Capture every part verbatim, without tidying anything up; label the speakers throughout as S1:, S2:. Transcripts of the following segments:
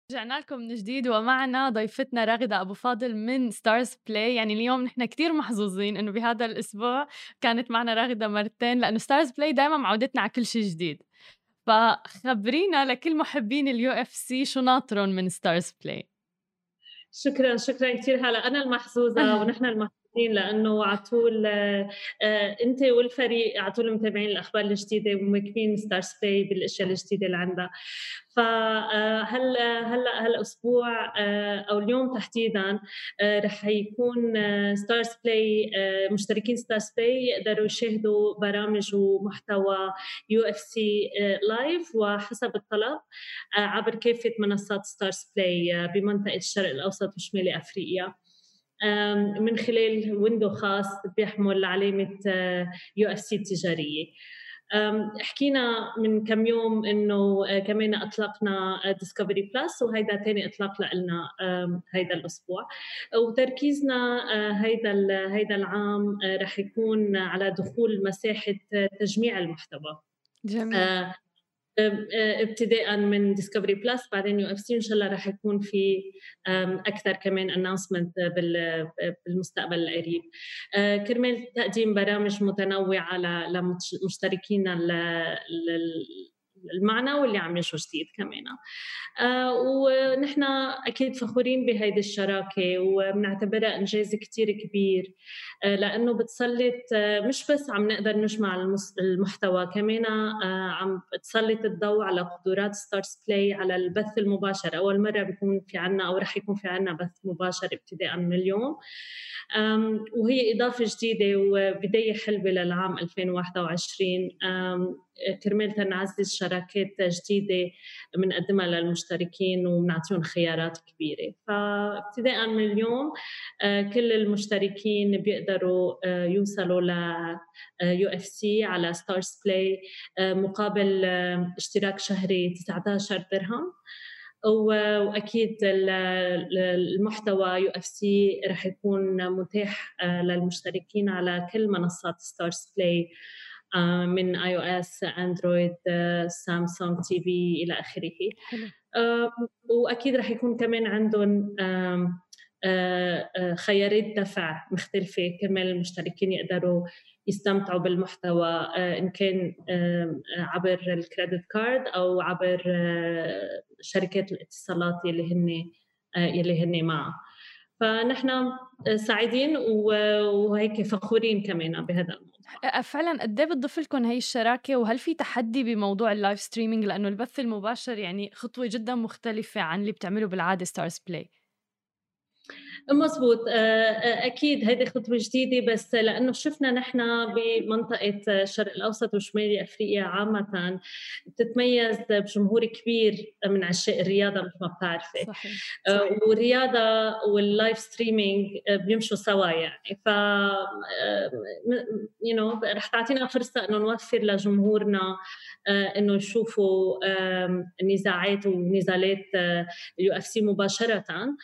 S1: رجعنا لكم من جديد ومعنا ضيفتنا راغدة أبو فاضل من ستارز بلاي. يعني اليوم نحن كتير محظوظين إنه بهذا الأسبوع كانت معنا راغدة مرتين، لأنه ستارز بلاي دايما معودتنا على كل شيء جديد. فخبرينا لكل محبين اليو اف سي شو ناطرون من ستارز بلاي.
S2: شكرًا، شكرًا كتير. هلأ أنا المحظوظة ونحن المحظوظين لإنه على طول آآ أنتِ والفريق على طول متابعين الأخبار الجديدة ومواكبين ستارز بلاي بالأشياء الجديدة اللي عندها. ف آآ هلّا هلّا هالأسبوع آآ أو اليوم تحديدًا آآ رح يكون ستارز بلاي آآ مشتركين ستارز بلاي يقدروا يشاهدوا برامج ومحتوى يو إف سي آآ لايف وحسب الطلب آآ عبر كافة منصات ستارز بلاي بمنطقة الشرق الأوسط وشمال أفريقيا. آمم من خلال ويندو خاص بيحمل علامة يو إف سي التجارية. آمم حكينا من كم يوم إنه آآ كمان أطلقنا Discovery Plus وهيدا تاني إطلاق لإلنا آمم هيدا الأسبوع، وتركيزنا آآ هيدا ال هيدا العام آآ رح يكون على دخول مساحة تجميع المحتوى.
S1: جميل.
S2: آآ آمم آآ ابتداءً من Discovery Plus بعدين يو إف سي إن شاء الله رح يكون في آمم أكثر كمان announcement بال بالمستقبل القريب. آآ كرمال تقديم برامج متنوعة ل لمش مشتركينا ال ال اللي معنا واللي عم يجوا جديد كمان. آآ ونحن أكيد فخورين بهيدي الشراكة وبنعتبرها إنجاز كتير كبير، آآ لإنه بتسلّط مش بس عم نقدر نجمع المس المحتوى، كمان آآ عم تسلّط الضوء على قدرات ستارز بلاي على البث المباشر. أول مرّة بيكون في عنا أو رح يكون في عنا بث مباشر ابتداءً من اليوم. آمم وهي إضافة جديدة وبداية حلوة للعام ألفين وواحد وعشرين آمم كرمال تنعزز شراكات جديدة بنقدمها للمشتركين وبنعطيهم خيارات كبيرة. فابتداءً من اليوم آآ كل المشتركين بيقدروا آآ يوصلوا ل آآ يو إف سي على ستارز بلاي آآ مقابل آه، اشتراك شهري تسعة عشر درهم. و وأكيد ال ال المحتوى يو إف سي رح يكون متاح آآ للمشتركين على كل منصات ستارز بلاي آآ من iOS، أندرويد، سامسونج تي في إلى آخره.
S1: حلو.
S2: آآ وأكيد رح يكون كمان عندهم آمم آآ آآ خيارات دفع مختلفة كرمال المشتركين يقدروا يستمتعوا بالمحتوى آآ إن كان آمم عبر الcredit card أو عبر آه، شركات الاتصالات يلّي هن آآ يلّي هن معها. فنحن آآ سعيدين و وهيك فخورين كمان بهذا الموضوع.
S1: أ فعلًا قد إيه بتضيف لكم هي الشراكة، وهل في تحدي بموضوع الlive streaming؟ لأنه البث المباشر يعني خطوة جدًا مختلفة عن اللي بتعمله بالعادة ستارز بلاي.
S2: مضبوط. آآ أ أكيد هيدي خطوة جديدة، بس لإنه شُفنا نحن بمنطقة الشرق الأوسط وشمال أفريقيا عامةً بتتميّز بجمهور كبير من عشاق الرياضة متل ما بتعرفي.
S1: صحيح.
S2: آآ والرياضة والlive streaming آآ بيمشوا سوا يعني. ف آآ م you know رح تعطينا فرصة إنه نوفّر لجمهورنا آآ إنه يشوفوا آمم نزاعات ونزالات اليو إف سي مباشرةً.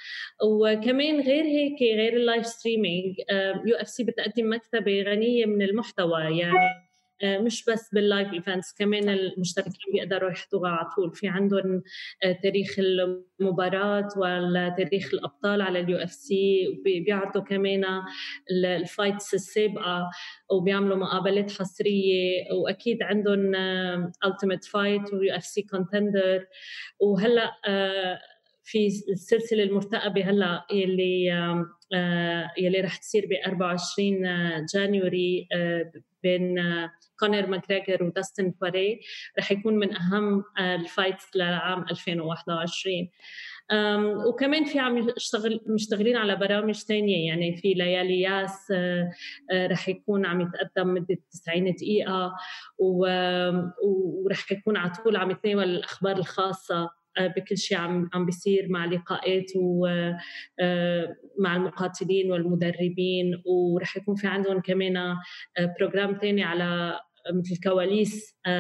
S2: وكمان غير هيك غير اللايف ستريمينج يو اف سي بتقدم مكتبه غنيه من المحتوى يعني آه، مش بس باللايف ايفنتس، كمان
S1: صح.
S2: المشتركين بيقدروا يحضروا على طول. في عندهم آه، تاريخ المباراة ولا تاريخ الأبطال على اليو اف سي، بيعرضوا كمان الفايتس السابقة وبيعملوا مقابلات حصرية. وأكيد عندهم التيميت فايت ويو اف سي كونتندر. وهلأ آه، في السلسلة المرتقبة هلأ يلّي آآ يلّي رح تصير بأربعة وعشرين جانيوري آآ بين كونر ماجريجر وداستن بوريه، رح يكون من أهم آآ الfights لعام ألفين وواحد وعشرين. آمم وكمان في عم يشتغل مشتغلين على برامج تانية، يعني في ليالي ياس آآ رح يكون عم يتقدم مدة تسعين دقيقة. و ورح يكون على طول عم يتناول الأخبار الخاصة آآ بكل شي عم عم بيصير مع لقاءات و آآ مع المقاتلين والمدربين. ورح يكون في عندهم كمان آآ program تاني على متل كواليس آمم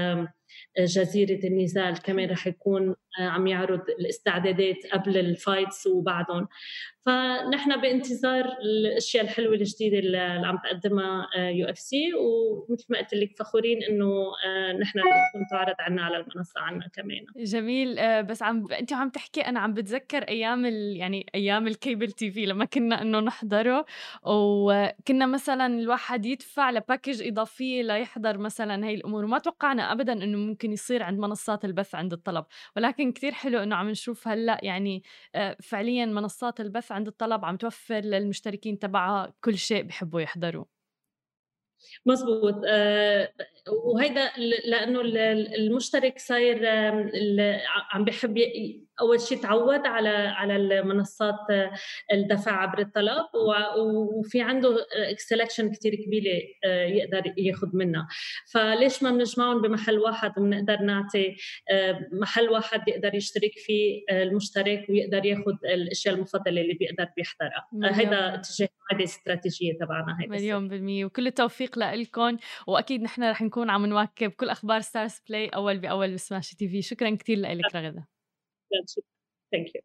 S2: جزيرة النزال كمان رح يكون آه، عم يعرض الاستعدادات قبل الفايتس وبعدهم. فنحن بانتظار الاشياء الحلوه الجديده اللي عم تقدمها يو اف سي، ومثل ما قلت لك فخورين انه آه، نحن رح تكون تعرض عنا على المنصه عنا كمان.
S1: جميل. آآ بس عم ب أنتِ وعم تحكي أنا عم باتذكّر أيام ال يعني أيام الcable تي في لمّا كنّا إنه نحضره، وكنّا مثلًا الواحد يدفع لpackage إضافية ليحضر مثلًا هاي الأمور، وما توقّعنا أبدًا إنه ممكن يصير عند منصات البث عند الطلب، ولكن كتير حلو إنه عم نشوف هلأ يعني آآ فعليًا منصات البث عند الطلب عم توفّر للمشتركين تبعها كل شيء بيحبّوا يحضروه.
S2: مضبوط. آآ وهيدا ل لإنه ال ال المشترك صاير آمم ال ع عم بيحب ي أول شي اتعوّد على على المنصات آه، الدفع عبر الطلب، و وفي عنده آآ selection كتير كبيرة آآ يقدر ياخُد منّا. فليش ما بنجمعهم بمحل واحد وبنقدر نعطي آآ محل واحد يقدر يشترك فيه آه، المشترك ويقدر ياخُد الأشياء المفضلة اللي بيقدر بيحضرها. آه، هيدا
S1: مليون
S2: اتجاه هيدي الاستراتيجية تبعنا هيدا
S1: مليون
S2: السنة.
S1: بالمِيّة، وكل التوفيق لإلكن، وأكيد نحن رح نكون عم نواكب كل أخبار stars play أول بأول بسماشي تي في. شكرًا كتير لإلِك رغدة.
S2: Thank you.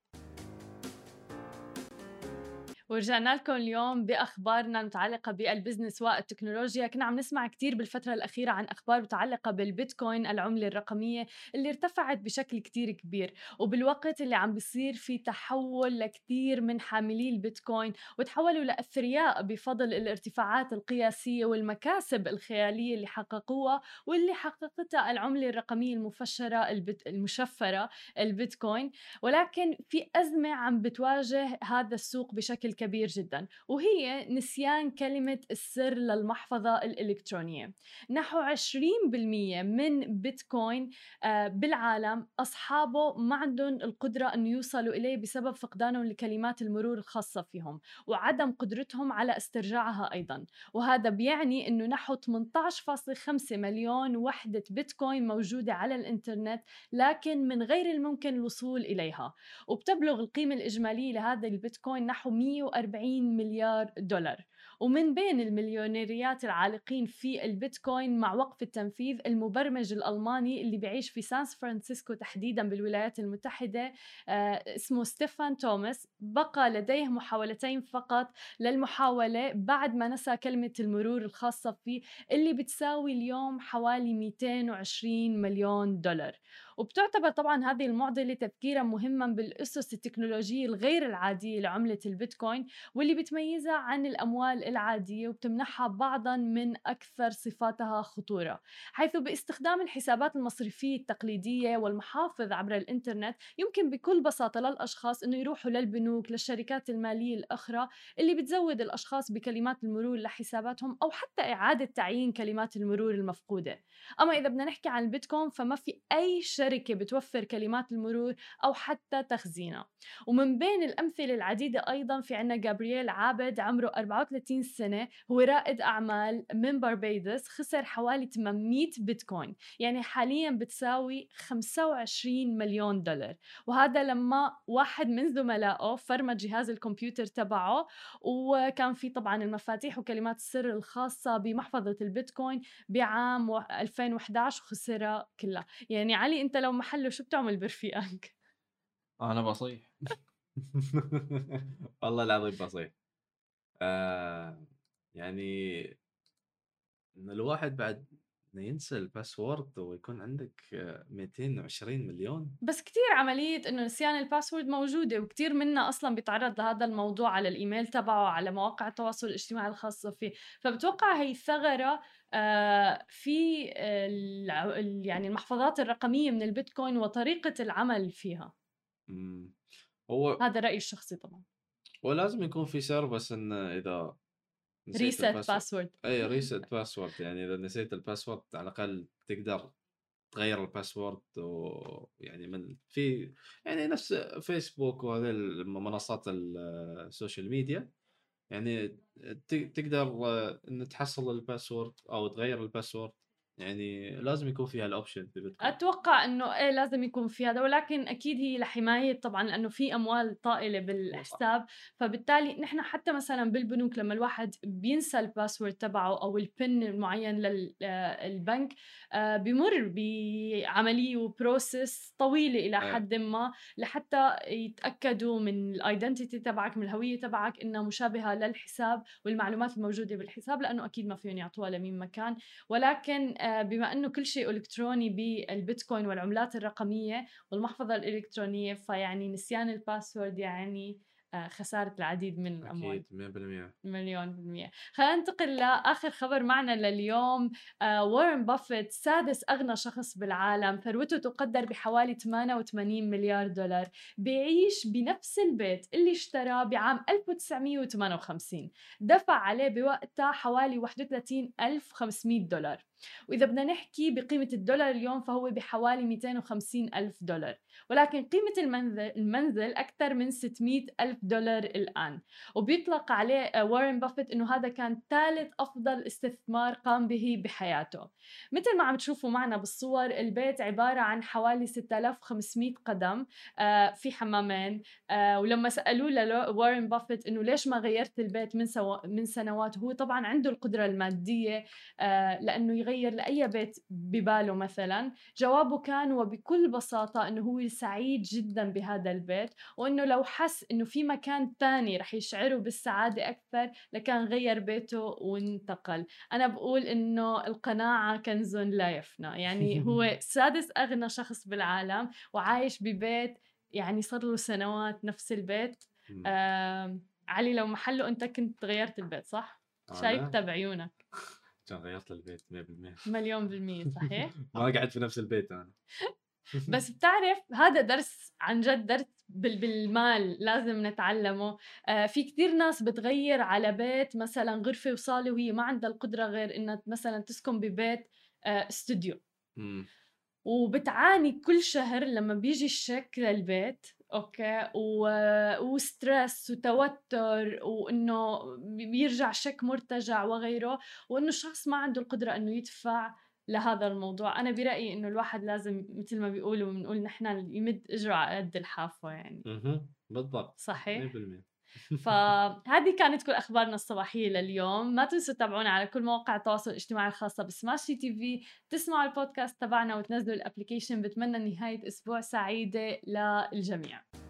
S1: ورجعنا لكم اليوم بأخبارنا المتعلقة بالبزنس والتكنولوجيا. كنا عم نسمع كتير بالفترة الأخيرة عن أخبار متعلقة بالبيتكوين العملة الرقمية اللي ارتفعت بشكل كتير كبير، وبالوقت اللي عم بيصير في تحول لكتير من حاملي البيتكوين وتحولوا لأثرياء بفضل الارتفاعات القياسية والمكاسب الخيالية اللي حققوها واللي حققتها العملة الرقمية المفشرة البت... المشفرة البيتكوين. ولكن في أزمة عم بتواجه هذا السوق بشكل كبير جدا، وهي نسيان كلمة السر للمحفظة الإلكترونية. نحو عشرين بالمية من بيتكوين آه، بالعالم أصحابه ما عندهم القدرة أن يوصلوا إليه بسبب فقدانهم لكلمات المرور الخاصة فيهم وعدم قدرتهم على استرجاعها أيضا. وهذا بيعني أنه نحو ثمانية عشر فاصلة خمسة مليون وحدة بيتكوين موجودة على الإنترنت، لكن من غير الممكن الوصول إليها. وبتبلغ القيمة الإجمالية لهذا البيتكوين نحو مئة وأربعين مليار دولار. ومن بين المليونيريات العالقين في البيتكوين مع وقف التنفيذ المبرمج الألماني اللي بيعيش في سان فرانسيسكو تحديدا بالولايات المتحدة، آه اسمه ستيفان توماس. بقى لديه محاولتين فقط للمحاولة بعد ما نسى كلمة المرور الخاصة فيه اللي بتساوي اليوم حوالي مئتين وعشرين مليون دولار. وبتعتبر طبعا هذه المعضلة تفكيرا مهما بالأسس التكنولوجية الغير العادية لعملة البيتكوين، واللي بتميزها عن الأموال العادية وبتمنحها بعضا من أكثر صفاتها خطورة، حيث باستخدام الحسابات المصرفية التقليدية والمحافظ عبر الإنترنت يمكن بكل بساطة للأشخاص أنه يروحوا للبنوك للشركات المالية الأخرى اللي بتزود الأشخاص بكلمات المرور لحساباتهم أو حتى إعادة تعيين كلمات المرور المفقودة. أما إذا بدنا نحكي عن البيتكوين فما في أي شركة بتوفر كلمات المرور أو حتى تخزينها. ومن بين الأمثلة العديدة أيضا في عنا جابرييل عابد عمره أربعة وثلاثين سنة، هو رائد أعمال من باربيدوس، خسر حوالي ثمانمئة بيتكوين يعني حاليا بتساوي خمسة وعشرين مليون دولار. وهذا لما واحد من زملائه فرمت جهاز الكمبيوتر تبعه وكان في طبعا المفاتيح وكلمات السر الخاصة بمحفظة البيتكوين بعام و ألفين وإحدى عشر وخسرها كلها. يعني علي أنت لو محله شو بتعمل برفيقك؟
S3: انا بصيح. والله العظيم بصيح. آه يعني ان الواحد بعد إنه ينسى الباسورد ويكون عندك آه، مئتين وعشرين مليون.
S1: بس كتير عملية إنه نسيان الباسورد موجودة، وكتير منا أصلا بيتعرض لهذا الموضوع على الإيميل تبعه على مواقع التواصل الاجتماعي الخاصة فيه. فبتوقع هي ثغرة آه، في الع- ال- يعني المحفظات الرقمية من البيتكوين وطريقة العمل فيها.
S3: مم. هو
S1: هذا رأيي الشخصي طبعا.
S3: هو لازم يكون في سيرفس ان اذا نسيت
S1: ريست
S3: الباسورد،
S1: باسورد.
S3: اي ريست باسورد، يعني اذا نسيت الباسورد على الاقل تقدر تغير الباسورد. ويعني من في يعني نفس فيسبوك وهذه المنصات السوشيال ميديا، يعني ت- تقدر آه، ان تحصل الباسورد او تغير الباسورد يعني لازم يكون فيها الاوبشن في بيتكوين.
S1: اتوقع انه ايه لازم يكون في هذا، ولكن اكيد هي لحمايه طبعا لانه في اموال طائله بالحساب، فبالتالي نحن حتى مثلا بالبنوك لما الواحد بينسى الباسورد تبعه او البن المعين للبنك بمر بعمليه وبروسيس طويله الى حد ما لحتى يتاكدوا من الايدنتيتي تبعك، من الهويه تبعك انها مشابهه للحساب والمعلومات الموجوده بالحساب، لانه اكيد ما فيهم يعطوها لمين مكان. ولكن بما انه كل شيء الكتروني بالبيتكوين والعملات الرقميه والمحفظه الالكترونيه، فيعني نسيان الباسورد يعني خساره العديد من الاموال.
S3: اكيد مية بالمية
S1: مليون بالمية. خلينا ننتقل لآخر خبر معنا لليوم. آه، وارن بافيت سادس أغنى شخص بالعالم، ثروته تقدر بحوالي ثمانية وثمانين مليار دولار، بيعيش بنفس البيت اللي اشتراه بعام ألف وتسعمية وثمانية وخمسين، دفع عليه بوقتها حوالي واحد وثلاثين ألف وخمسمية دولار، وإذا بدنا نحكي بقيمة الدولار اليوم فهو بحوالي مئتين وخمسين ألف دولار، ولكن قيمة المنزل, المنزل أكثر من ستمية ألف دولار الآن. وبيطلق عليه وارن بافيت إنه هذا كان ثالث أفضل استثمار قام به بحياته. مثل ما عم تشوفوا معنا بالصور، البيت عبارة عن حوالي ستة آلاف وخمسمية قدم، آه في حمامين، آه ولما سألوه لوارن بافيت إنه ليش ما غيرت البيت من, سو... من سنوات، هو طبعا عنده القدرة المادية آه لأنه يغير لأي بيت بباله مثلا، جوابه كان وبكل بساطة إنه هو سعيد جدا بهذا البيت، وإنه لو حس إنه في مكان تاني رح يشعره بالسعادة أكثر لكان غير بيته وانتقل. أنا بقول إنه القناعة كنز لا يفنى، يعني هو سادس أغنى شخص بالعالم وعايش ببيت يعني صار له سنوات نفس البيت. آه علي لو محله أنت كنت غيرت البيت صح؟ شايفته بعيونك.
S3: كان غيرت البيت مية بالمية.
S1: مليون بالمية صحيح.
S3: ما قعدت في نفس البيت أنا.
S1: بس بتعرف هذا درس عن جد، درس بالمال لازم نتعلمه. آه في كتير ناس بتغير على بيت مثلا غرفة وصالة وهي ما عندها القدرة غير إنها مثلا تسكن ببيت آه استوديو، وبتعاني كل شهر لما بيجي الشك للبيت، اوكي، و... وستريس وتوتر، وانه بيرجع شك مرتجع وغيره، وانه الشخص ما عنده القدرة انه يدفع لهذا الموضوع. انا برأيي انه الواحد لازم مثل ما بيقولوا بنقول نحن يمد اجره على قد الحافة يعني.
S3: اها بالضبط
S1: صحيح
S3: مية بالمية.
S1: فهذه كانت كل أخبارنا الصباحية لليوم. ما تنسوا تتابعونا على كل مواقع التواصل الاجتماعي الخاصة بسماشي تي في، تسمعوا البودكاست تبعنا وتنزلوا الابليكيشن. بتمنى نهاية أسبوع سعيدة للجميع.